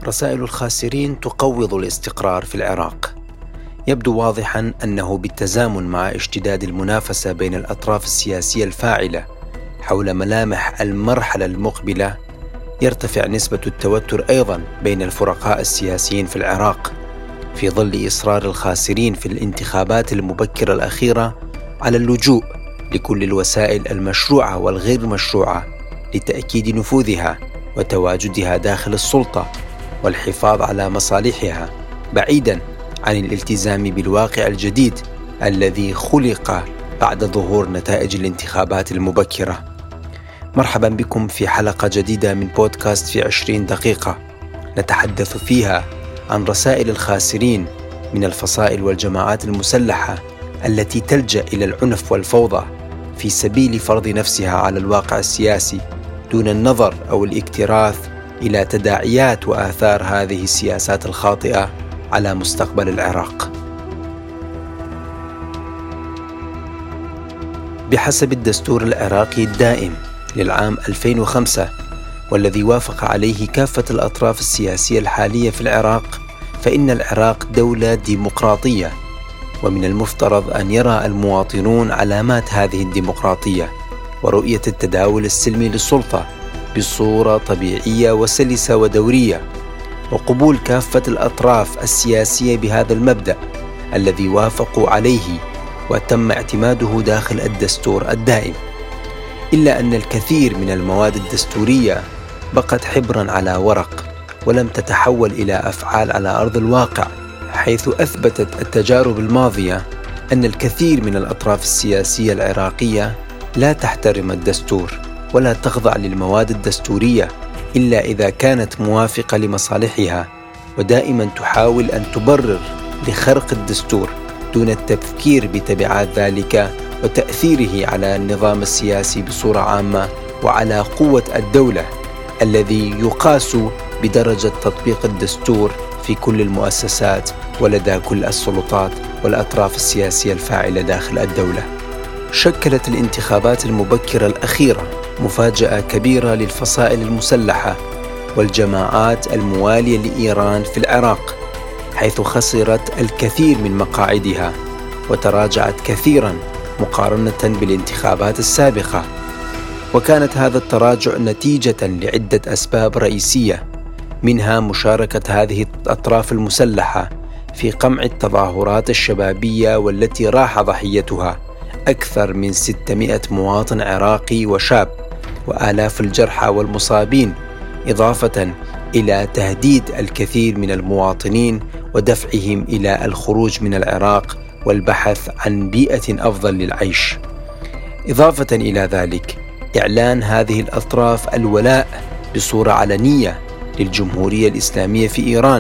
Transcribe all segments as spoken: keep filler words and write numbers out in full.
رسائل الخاسرين تقوض الاستقرار في العراق. يبدو واضحاً أنه بالتزامن مع اشتداد المنافسة بين الأطراف السياسية الفاعلة حول ملامح المرحلة المقبلة، يرتفع نسبة التوتر أيضاً بين الفرقاء السياسيين في العراق، في ظل إصرار الخاسرين في الانتخابات المبكرة الأخيرة على اللجوء لكل الوسائل المشروعة والغير مشروعة لتأكيد نفوذها وتواجدها داخل السلطة والحفاظ على مصالحها، بعيداً عن الالتزام بالواقع الجديد الذي خلق بعد ظهور نتائج الانتخابات المبكرة. مرحبا بكم في حلقة جديدة من بودكاست في عشرين دقيقة، نتحدث فيها عن رسائل الخاسرين من الفصائل والجماعات المسلحة التي تلجأ إلى العنف والفوضى في سبيل فرض نفسها على الواقع السياسي دون النظر أو الاكتراث إلى تداعيات وآثار هذه السياسات الخاطئة على مستقبل العراق. بحسب الدستور العراقي الدائم للعام ألفين وخمسة، والذي وافق عليه كافة الأطراف السياسية الحالية في العراق، فإن العراق دولة ديمقراطية، ومن المفترض أن يرى المواطنون علامات هذه الديمقراطية ورؤية التداول السلمي للسلطة بصورة طبيعية وسلسة ودورية، وقبول كافة الأطراف السياسية بهذا المبدأ الذي وافقوا عليه وتم اعتماده داخل الدستور الدائم. إلا أن الكثير من المواد الدستورية بقت حبرا على ورق ولم تتحول إلى أفعال على أرض الواقع، حيث أثبتت التجارب الماضية أن الكثير من الأطراف السياسية العراقية لا تحترم الدستور ولا تخضع للمواد الدستورية إلا إذا كانت موافقة لمصالحها، ودائما تحاول أن تبرر لخرق الدستور دون التفكير بتبعات ذلك وتأثيره على النظام السياسي بصورة عامة وعلى قوة الدولة، الذي يقاس بدرجة تطبيق الدستور في كل المؤسسات ولدى كل السلطات والأطراف السياسية الفاعلة داخل الدولة. شكلت الانتخابات المبكرة الأخيرة مفاجأة كبيرة للفصائل المسلحة والجماعات الموالية لإيران في العراق، حيث خسرت الكثير من مقاعدها وتراجعت كثيرا مقارنة بالانتخابات السابقة. وكانت هذا التراجع نتيجة لعدة أسباب رئيسية، منها مشاركة هذه الأطراف المسلحة في قمع التظاهرات الشبابية والتي راح ضحيتها أكثر من ستمائة مواطن عراقي وشاب، وآلاف الجرحى والمصابين، إضافة إلى تهديد الكثير من المواطنين ودفعهم إلى الخروج من العراق والبحث عن بيئة أفضل للعيش. إضافة إلى ذلك، إعلان هذه الأطراف الولاء بصورة علنية للجمهورية الإسلامية في إيران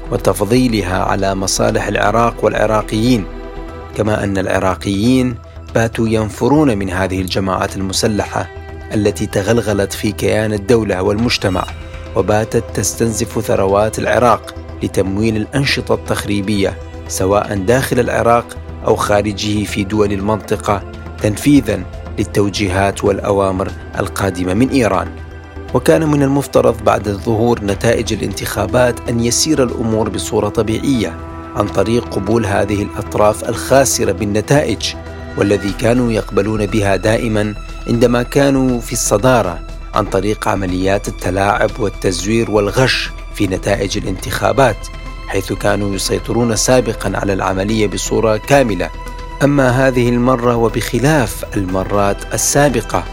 وتفضيلها على مصالح العراق والعراقيين، كما أن العراقيين باتوا ينفرون من هذه الجماعات المسلحة التي تغلغلت في كيان الدولة والمجتمع وباتت تستنزف ثروات العراق لتمويل الأنشطة التخريبية سواء داخل العراق أو خارجه في دول المنطقة، تنفيذا للتوجيهات والأوامر القادمة من إيران. وكان من المفترض بعد ظهور نتائج الانتخابات أن يسير الأمور بصورة طبيعية عن طريق قبول هذه الأطراف الخاسرة بالنتائج، والذي كانوا يقبلون بها دائما عندما كانوا في الصدارة عن طريق عمليات التلاعب والتزوير والغش في نتائج الانتخابات، حيث كانوا يسيطرون سابقا على العملية بصورة كاملة. أما هذه المرة وبخلاف المرات السابقة،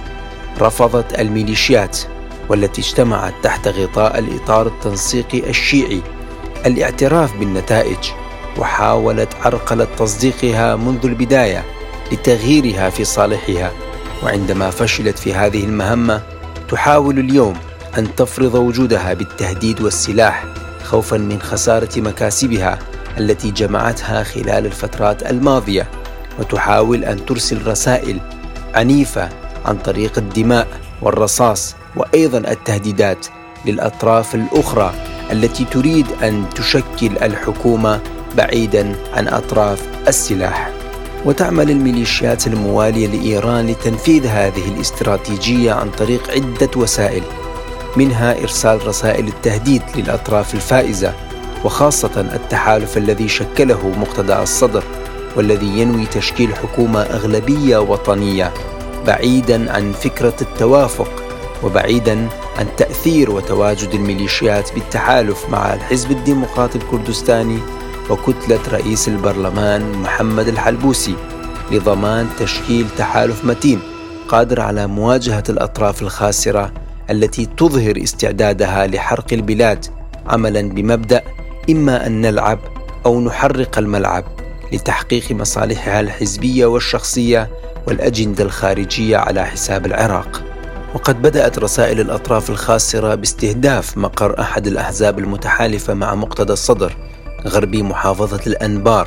رفضت الميليشيات والتي اجتمعت تحت غطاء الإطار التنسيقي الشيعي الاعتراف بالنتائج، وحاولت عرقلة تصديقها منذ البداية لتغييرها في صالحها. وعندما فشلت في هذه المهمة، تحاول اليوم أن تفرض وجودها بالتهديد والسلاح خوفا من خسارة مكاسبها التي جمعتها خلال الفترات الماضية، وتحاول أن ترسل رسائل عنيفة عن طريق الدماء والرصاص وأيضا التهديدات للأطراف الأخرى التي تريد أن تشكل الحكومة بعيدا عن أطراف السلاح. وتعمل الميليشيات الموالية لإيران لتنفيذ هذه الاستراتيجية عن طريق عدة وسائل، منها إرسال رسائل التهديد للأطراف الفائزة، وخاصة التحالف الذي شكله مقتدى الصدر، والذي ينوي تشكيل حكومة أغلبية وطنية بعيداً عن فكرة التوافق، وبعيداً عن تأثير وتواجد الميليشيات بالتحالف مع الحزب الديمقراطي الكردستاني وكتلة رئيس البرلمان محمد الحلبوسي، لضمان تشكيل تحالف متين قادر على مواجهة الأطراف الخاسرة التي تظهر استعدادها لحرق البلاد، عملاً بمبدأ إما أن نلعب أو نحرق الملعب لتحقيق مصالحها الحزبية والشخصية والأجندة الخارجية على حساب العراق. وقد بدأت رسائل الأطراف الخاسرة باستهداف مقر أحد الأحزاب المتحالفة مع مقتدى الصدر غربي محافظة الأنبار،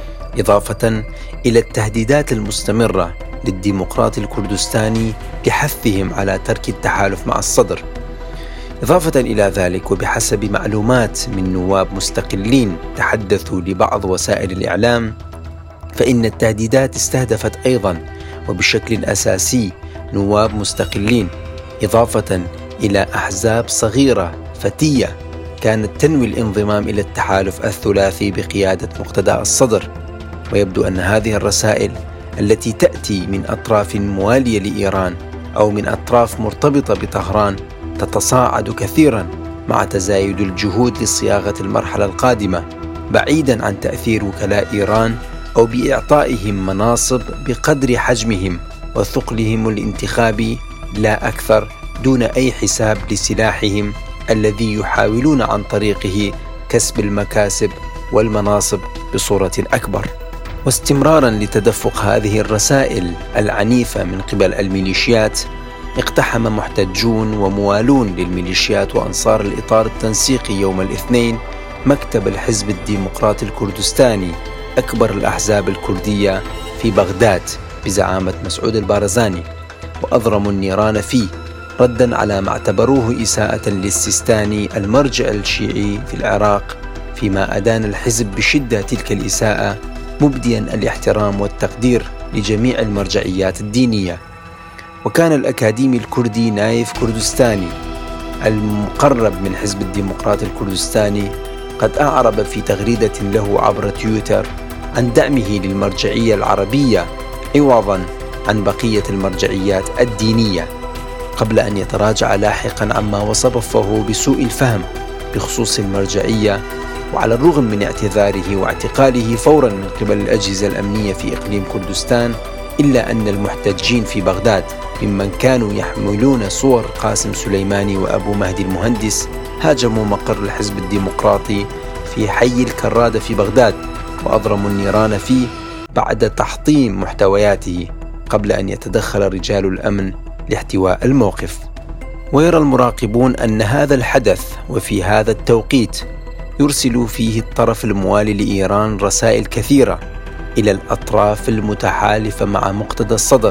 إضافة إلى التهديدات المستمرة للديمقراطي الكردستاني بحثهم على ترك التحالف مع الصدر. إضافة إلى ذلك، وبحسب معلومات من نواب مستقلين تحدثوا لبعض وسائل الإعلام، فإن التهديدات استهدفت أيضا وبشكل أساسي نواب مستقلين، إضافة إلى أحزاب صغيرة فتية كانت تنوي الانضمام إلى التحالف الثلاثي بقيادة مقتدى الصدر. ويبدو أن هذه الرسائل التي تأتي من أطراف موالية لإيران أو من أطراف مرتبطة بطهران تتصاعد كثيرا مع تزايد الجهود لصياغة المرحلة القادمة، بعيدا عن تأثير وكلاء إيران أو بإعطائهم مناصب بقدر حجمهم وثقلهم الانتخابي لا أكثر، دون أي حساب لسلاحهم الذي يحاولون عن طريقه كسب المكاسب والمناصب بصورة أكبر. واستمرارا لتدفق هذه الرسائل العنيفة من قبل الميليشيات، اقتحم محتجون وموالون للميليشيات وأنصار الإطار التنسيقي يوم الاثنين مكتب الحزب الديمقراطي الكردستاني، أكبر الأحزاب الكردية في بغداد بزعامة مسعود البارزاني، وأضرموا النيران فيه رداً على ما اعتبروه إساءة للسيستاني المرجع الشيعي في العراق، فيما أدان الحزب بشدة تلك الإساءة، مبدياً الاحترام والتقدير لجميع المرجعيات الدينية. وكان الأكاديمي الكردي نايف كردستاني المقرب من حزب الديمقراطي الكردستاني قد أعرب في تغريدة له عبر تويتر عن دعمه للمرجعية العربية عوضاً عن بقية المرجعيات الدينية، قبل أن يتراجع لاحقاً عما وصفه بسوء الفهم بخصوص المرجعية، وعلى الرغم من اعتذاره واعتقاله فوراً من قبل الأجهزة الأمنية في إقليم كردستان، إلا أن المحتجين في بغداد ممن كانوا يحملون صور قاسم سليماني وأبو مهدي المهندس هاجموا مقر الحزب الديمقراطي في حي الكرادة في بغداد، وأضرموا النيران فيه بعد تحطيم محتوياته قبل أن يتدخل رجال الأمن لاحتواء الموقف. ويرى المراقبون أن هذا الحدث وفي هذا التوقيت يرسل فيه الطرف الموالي لإيران رسائل كثيرة إلى الأطراف المتحالفة مع مقتدى الصدر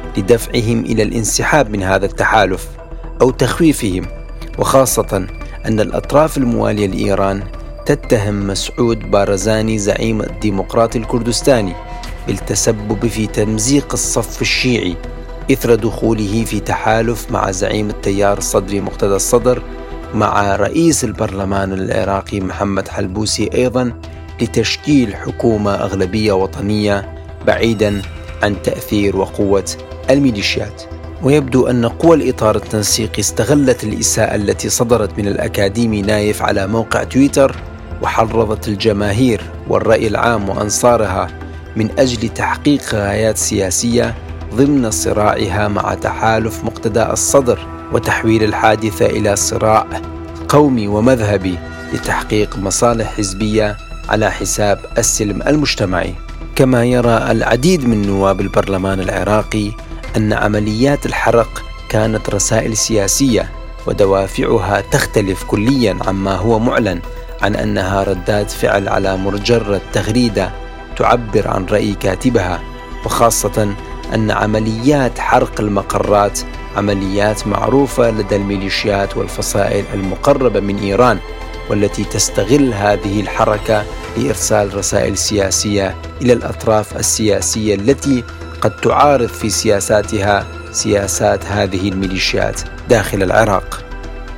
لدفعهم إلى الانسحاب من هذا التحالف أو تخويفهم، وخاصة أن الأطراف الموالية لإيران تتهم مسعود بارزاني زعيم الديمقراطي الكردستاني بالتسبب في تمزيق الصف الشيعي إثر دخوله في تحالف مع زعيم التيار الصدري مقتدى الصدر مع رئيس البرلمان العراقي محمد حلبوسي أيضا لتشكيل حكومة أغلبية وطنية بعيدا عن تأثير وقوة الميليشيات. ويبدو أن قوى الإطار التنسيقي استغلت الإساءة التي صدرت من الأكاديمي نايف على موقع تويتر، وحرضت الجماهير والرأي العام وأنصارها من أجل تحقيق غايات سياسية ضمن صراعها مع تحالف مقتدى الصدر، وتحويل الحادثة إلى صراع قومي ومذهبي لتحقيق مصالح حزبية على حساب السلم المجتمعي. كما يرى العديد من نواب البرلمان العراقي أن عمليات الحرق كانت رسائل سياسية ودوافعها تختلف كليا عما هو معلن عن أنها ردات فعل على مجرد تغريدة تعبر عن رأي كاتبها، وخاصة أن عمليات حرق المقرات عمليات معروفة لدى الميليشيات والفصائل المقربة من إيران، والتي تستغل هذه الحركة لإرسال رسائل سياسية إلى الأطراف السياسية التي قد تعارض في سياساتها سياسات هذه الميليشيات داخل العراق.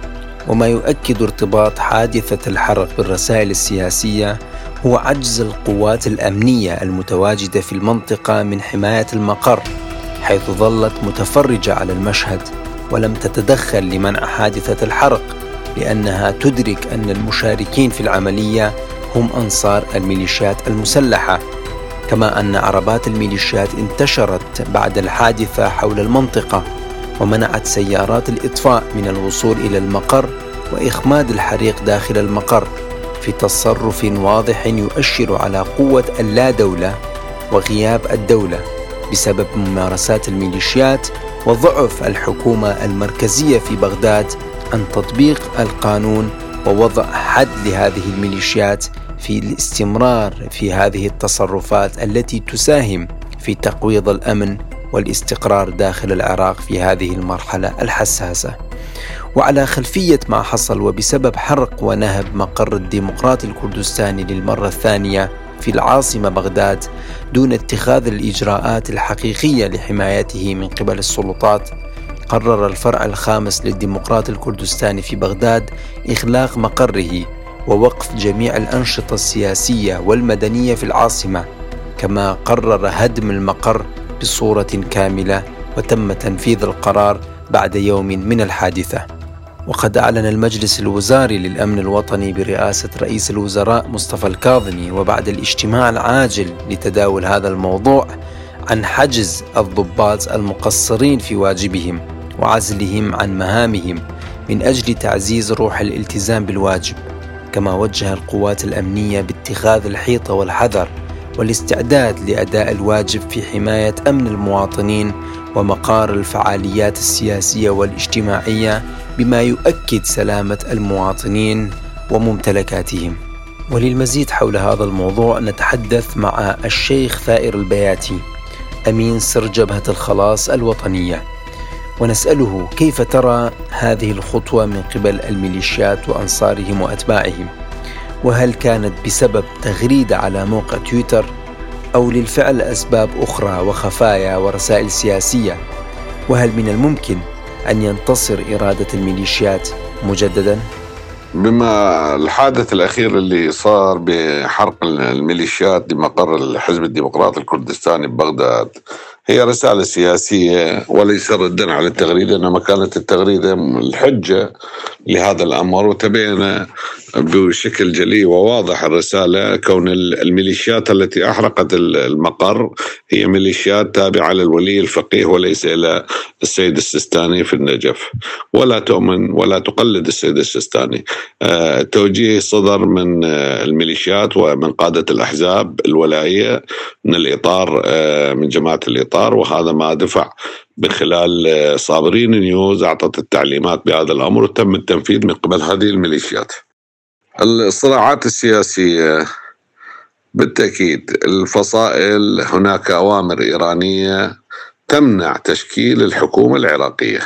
وما يؤكد ارتباط حادثة الحرق بالرسائل السياسية هو عجز القوات الأمنية المتواجدة في المنطقة من حماية المقر، حيث ظلت متفرجة على المشهد ولم تتدخل لمنع حادثة الحرق، لأنها تدرك أن المشاركين في العملية هم أنصار الميليشيات المسلحة. كما أن عربات الميليشيات انتشرت بعد الحادثة حول المنطقة ومنعت سيارات الإطفاء من الوصول إلى المقر وإخماد الحريق داخل المقر، في تصرف واضح يؤشر على قوة اللا دولة وغياب الدولة بسبب ممارسات الميليشيات وضعف الحكومة المركزية في بغداد عن تطبيق القانون ووضع حد لهذه الميليشيات في الاستمرار في هذه التصرفات التي تساهم في تقويض الأمن والاستقرار داخل العراق في هذه المرحلة الحساسة. وعلى خلفية ما حصل وبسبب حرق ونهب مقر الديمقراطي الكردستاني للمرة الثانية في العاصمة بغداد دون اتخاذ الإجراءات الحقيقية لحمايته من قبل السلطات، قرر الفرع الخامس للديمقراطي الكردستاني في بغداد إغلاق مقره ووقف جميع الأنشطة السياسية والمدنية في العاصمة، كما قرر هدم المقر بصورة كاملة، وتم تنفيذ القرار بعد يوم من الحادثة. وقد أعلن المجلس الوزاري للأمن الوطني برئاسة رئيس الوزراء مصطفى الكاظمي وبعد الاجتماع العاجل لتداول هذا الموضوع عن حجز الضباط المقصرين في واجبهم وعزلهم عن مهامهم من أجل تعزيز روح الالتزام بالواجب. كما وجه القوات الأمنية باتخاذ الحيطة والحذر والاستعداد لأداء الواجب في حماية أمن المواطنين ومقار الفعاليات السياسية والاجتماعية بما يؤكد سلامة المواطنين وممتلكاتهم. وللمزيد حول هذا الموضوع نتحدث مع الشيخ ثائر البياتي أمين سر جبهة الخلاص الوطنية، ونسأله كيف ترى هذه الخطوة من قبل الميليشيات وأنصارهم وأتباعهم، وهل كانت بسبب تغريدة على موقع تويتر أو للفعل أسباب أخرى وخفايا ورسائل سياسية، وهل من الممكن أن ينتصر إرادة الميليشيات مجددا؟ بما الحادث الأخير اللي صار بحرق الميليشيات بمقر الحزب الديمقراطي الكردستاني ببغداد هي رسالة سياسية وليس ردا على التغريدة، إنما كانت التغريدة الحجة لهذا الأمر، وتبين بشكل جلي وواضح الرسالة كون الميليشيات التي أحرقت المقر هي ميليشيات تابعة للولي الفقيه وليس إلى السيد السيستاني في النجف، ولا تؤمن ولا تقلد السيد السيستاني. التوجيه صدر من الميليشيات ومن قادة الأحزاب الولائية من الإطار من جماعة الإطار، وهذا ما دفع من خلال صابرين نيوز أعطت التعليمات بهذا الأمر وتم التنفيذ من قبل هذه الميليشيات. الصراعات السياسية بالتأكيد الفصائل هناك أوامر إيرانية تمنع تشكيل الحكومة العراقية،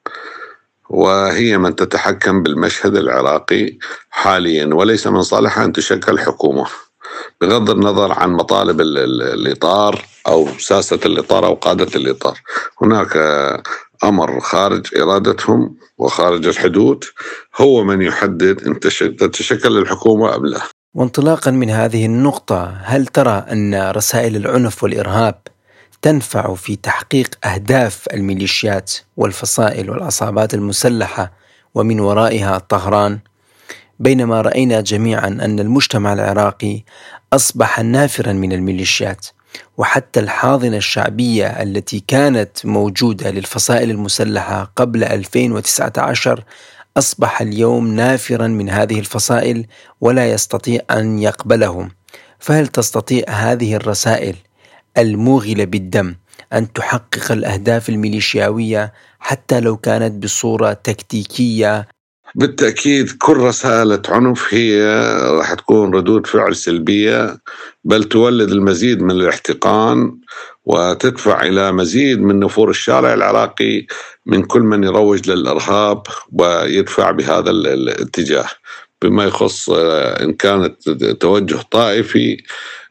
وهي من تتحكم بالمشهد العراقي حاليا، وليس من صالحها أن تشكل حكومة بغض النظر عن مطالب الإطار أو ساسة الإطار أو قادة الإطار. هناك أمر خارج إرادتهم وخارج الحدود هو من يحدد أن تتشكل الحكومة أم لا. وانطلاقا من هذه النقطة، هل ترى أن رسائل العنف والإرهاب تنفع في تحقيق أهداف الميليشيات والفصائل والعصابات المسلحة ومن ورائها طهران، بينما رأينا جميعا أن المجتمع العراقي أصبح نافرا من الميليشيات، وحتى الحاضنة الشعبية التي كانت موجودة للفصائل المسلحة قبل ألفين وتسعة عشر أصبح اليوم نافرا من هذه الفصائل ولا يستطيع أن يقبلهم. فهل تستطيع هذه الرسائل الموغلة بالدم أن تحقق الأهداف الميليشياوية حتى لو كانت بصورة تكتيكية؟ بالتأكيد كل رسالة عنف هي راح تكون ردود فعل سلبية، بل تولد المزيد من الاحتقان وتدفع إلى مزيد من نفور الشارع العراقي من كل من يروج للإرهاب ويدفع بهذا الاتجاه. بما يخص إن كانت توجه طائفي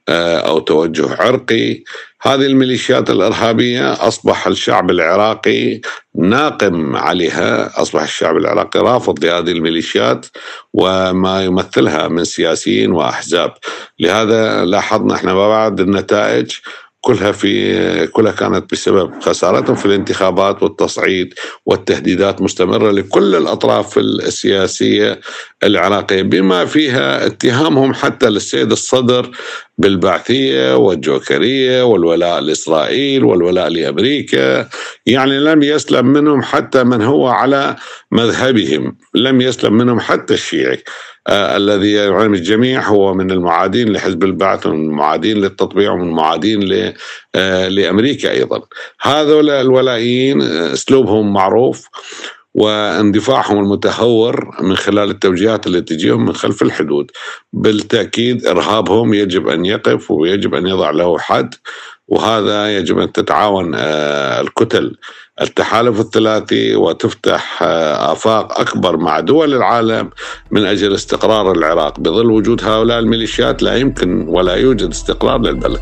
أو توجه عرقي. هذه الميليشيات الإرهابية أصبح الشعب العراقي ناقم عليها، أصبح الشعب العراقي رافض لهذه الميليشيات وما يمثلها من سياسيين وأحزاب. لهذا لاحظنا احنا بعض النتائج كلها في كلها كانت بسبب خسارتهم في الانتخابات والتصعيد والتهديدات مستمرة لكل الأطراف السياسية العراقية، بما فيها اتهامهم حتى للسيد الصدر بالبعثية والجوكرية والولاء لإسرائيل والولاء لأمريكا. يعني لم يسلم منهم حتى من هو على مذهبهم، لم يسلم منهم حتى الشيعي آه الذي يعلم الجميع هو من المعادين لحزب البعث ومن المعادين للتطبيع ومن المعادين آه لأمريكا أيضا. هذول الولائيين أسلوبهم معروف، واندفاعهم المتهور من خلال التوجيهات التي تجيهم من خلف الحدود. بالتأكيد إرهابهم يجب أن يقف ويجب أن يضع له حد، وهذا يجب أن تتعاون الكتل التحالف الثلاثي وتفتح آفاق أكبر مع دول العالم من أجل استقرار العراق. بظل وجود هؤلاء الميليشيات لا يمكن ولا يوجد استقرار للبلد.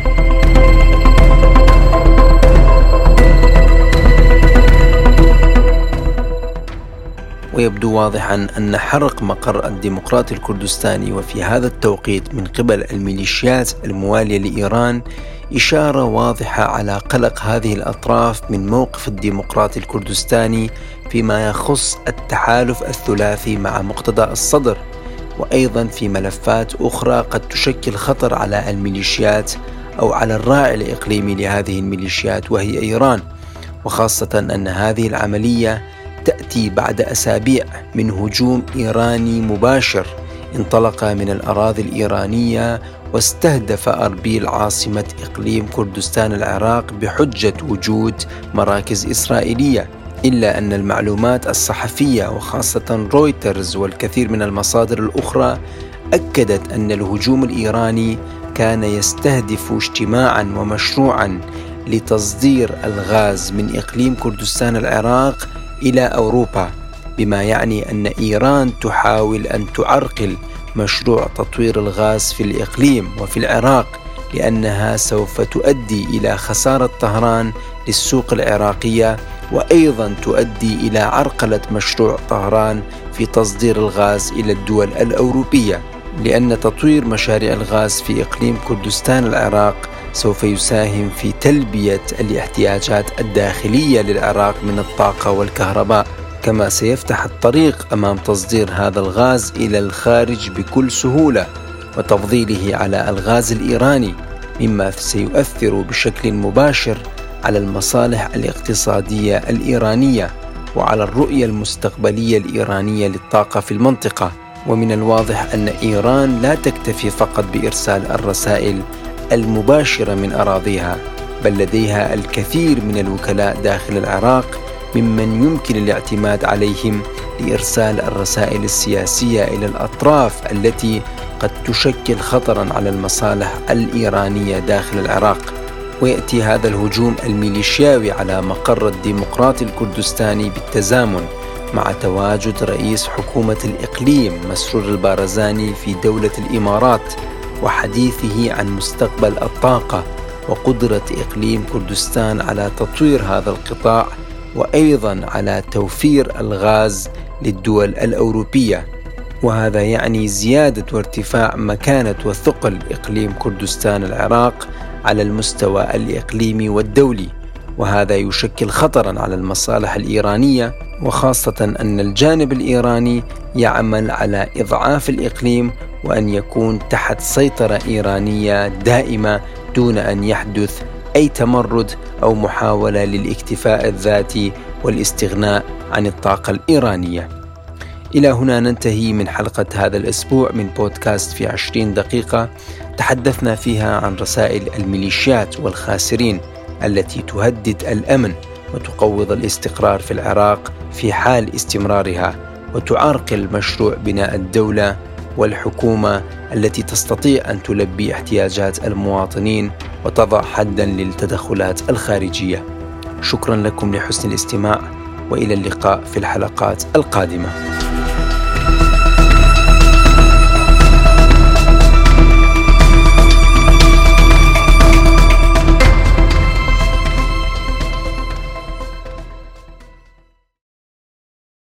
ويبدو واضحا أن حرق مقر الديمقراطي الكردستاني وفي هذا التوقيت من قبل الميليشيات الموالية لإيران إشارة واضحة على قلق هذه الأطراف من موقف الديمقراطي الكردستاني فيما يخص التحالف الثلاثي مع مقتدى الصدر، وأيضا في ملفات أخرى قد تشكل خطر على الميليشيات أو على الراعي الإقليمي لهذه الميليشيات وهي إيران، وخاصة أن هذه العملية تأتي بعد أسابيع من هجوم إيراني مباشر انطلق من الأراضي الإيرانية واستهدف أربيل عاصمة إقليم كردستان العراق بحجة وجود مراكز إسرائيلية. إلا أن المعلومات الصحفية وخاصة رويترز والكثير من المصادر الأخرى أكدت أن الهجوم الإيراني كان يستهدف اجتماعا ومشروعا لتصدير الغاز من إقليم كردستان العراق إلى أوروبا، بما يعني أن إيران تحاول أن تعرقل مشروع تطوير الغاز في الإقليم وفي العراق، لأنها سوف تؤدي إلى خسارة طهران للسوق العراقية، وأيضا تؤدي إلى عرقلة مشروع طهران في تصدير الغاز إلى الدول الأوروبية، لأن تطوير مشاريع الغاز في إقليم كردستان العراق سوف يساهم في تلبية الاحتياجات الداخلية للعراق من الطاقة والكهرباء، كما سيفتح الطريق أمام تصدير هذا الغاز إلى الخارج بكل سهولة وتفضيله على الغاز الإيراني، مما سيؤثر بشكل مباشر على المصالح الاقتصادية الإيرانية وعلى الرؤية المستقبلية الإيرانية للطاقة في المنطقة. ومن الواضح أن إيران لا تكتفي فقط بإرسال الرسائل المباشرة من أراضيها، بل لديها الكثير من الوكلاء داخل العراق ممن يمكن الاعتماد عليهم لإرسال الرسائل السياسية إلى الأطراف التي قد تشكل خطرا على المصالح الإيرانية داخل العراق. ويأتي هذا الهجوم الميليشياوي على مقر الديمقراطي الكردستاني بالتزامن مع تواجد رئيس حكومة الإقليم مسرور البارزاني في دولة الإمارات وحديثه عن مستقبل الطاقة وقدرة إقليم كردستان على تطوير هذا القطاع، وأيضا على توفير الغاز للدول الأوروبية. وهذا يعني زيادة وارتفاع مكانة وثقل إقليم كردستان العراق على المستوى الإقليمي والدولي، وهذا يشكل خطرا على المصالح الإيرانية، وخاصة أن الجانب الإيراني يعمل على إضعاف الإقليم وأن يكون تحت سيطرة إيرانية دائمة دون أن يحدث أي تمرد أو محاولة للاكتفاء الذاتي والاستغناء عن الطاقة الإيرانية. إلى هنا ننتهي من حلقة هذا الأسبوع من بودكاست في عشرين دقيقة، تحدثنا فيها عن رسائل الميليشيات والخاسرين التي تهدد الأمن وتقوض الاستقرار في العراق في حال استمرارها، وتعرقل مشروع بناء الدولة والحكومة التي تستطيع أن تلبي احتياجات المواطنين وتضع حدا للتدخلات الخارجية. شكرا لكم لحسن الاستماع، وإلى اللقاء في الحلقات القادمة.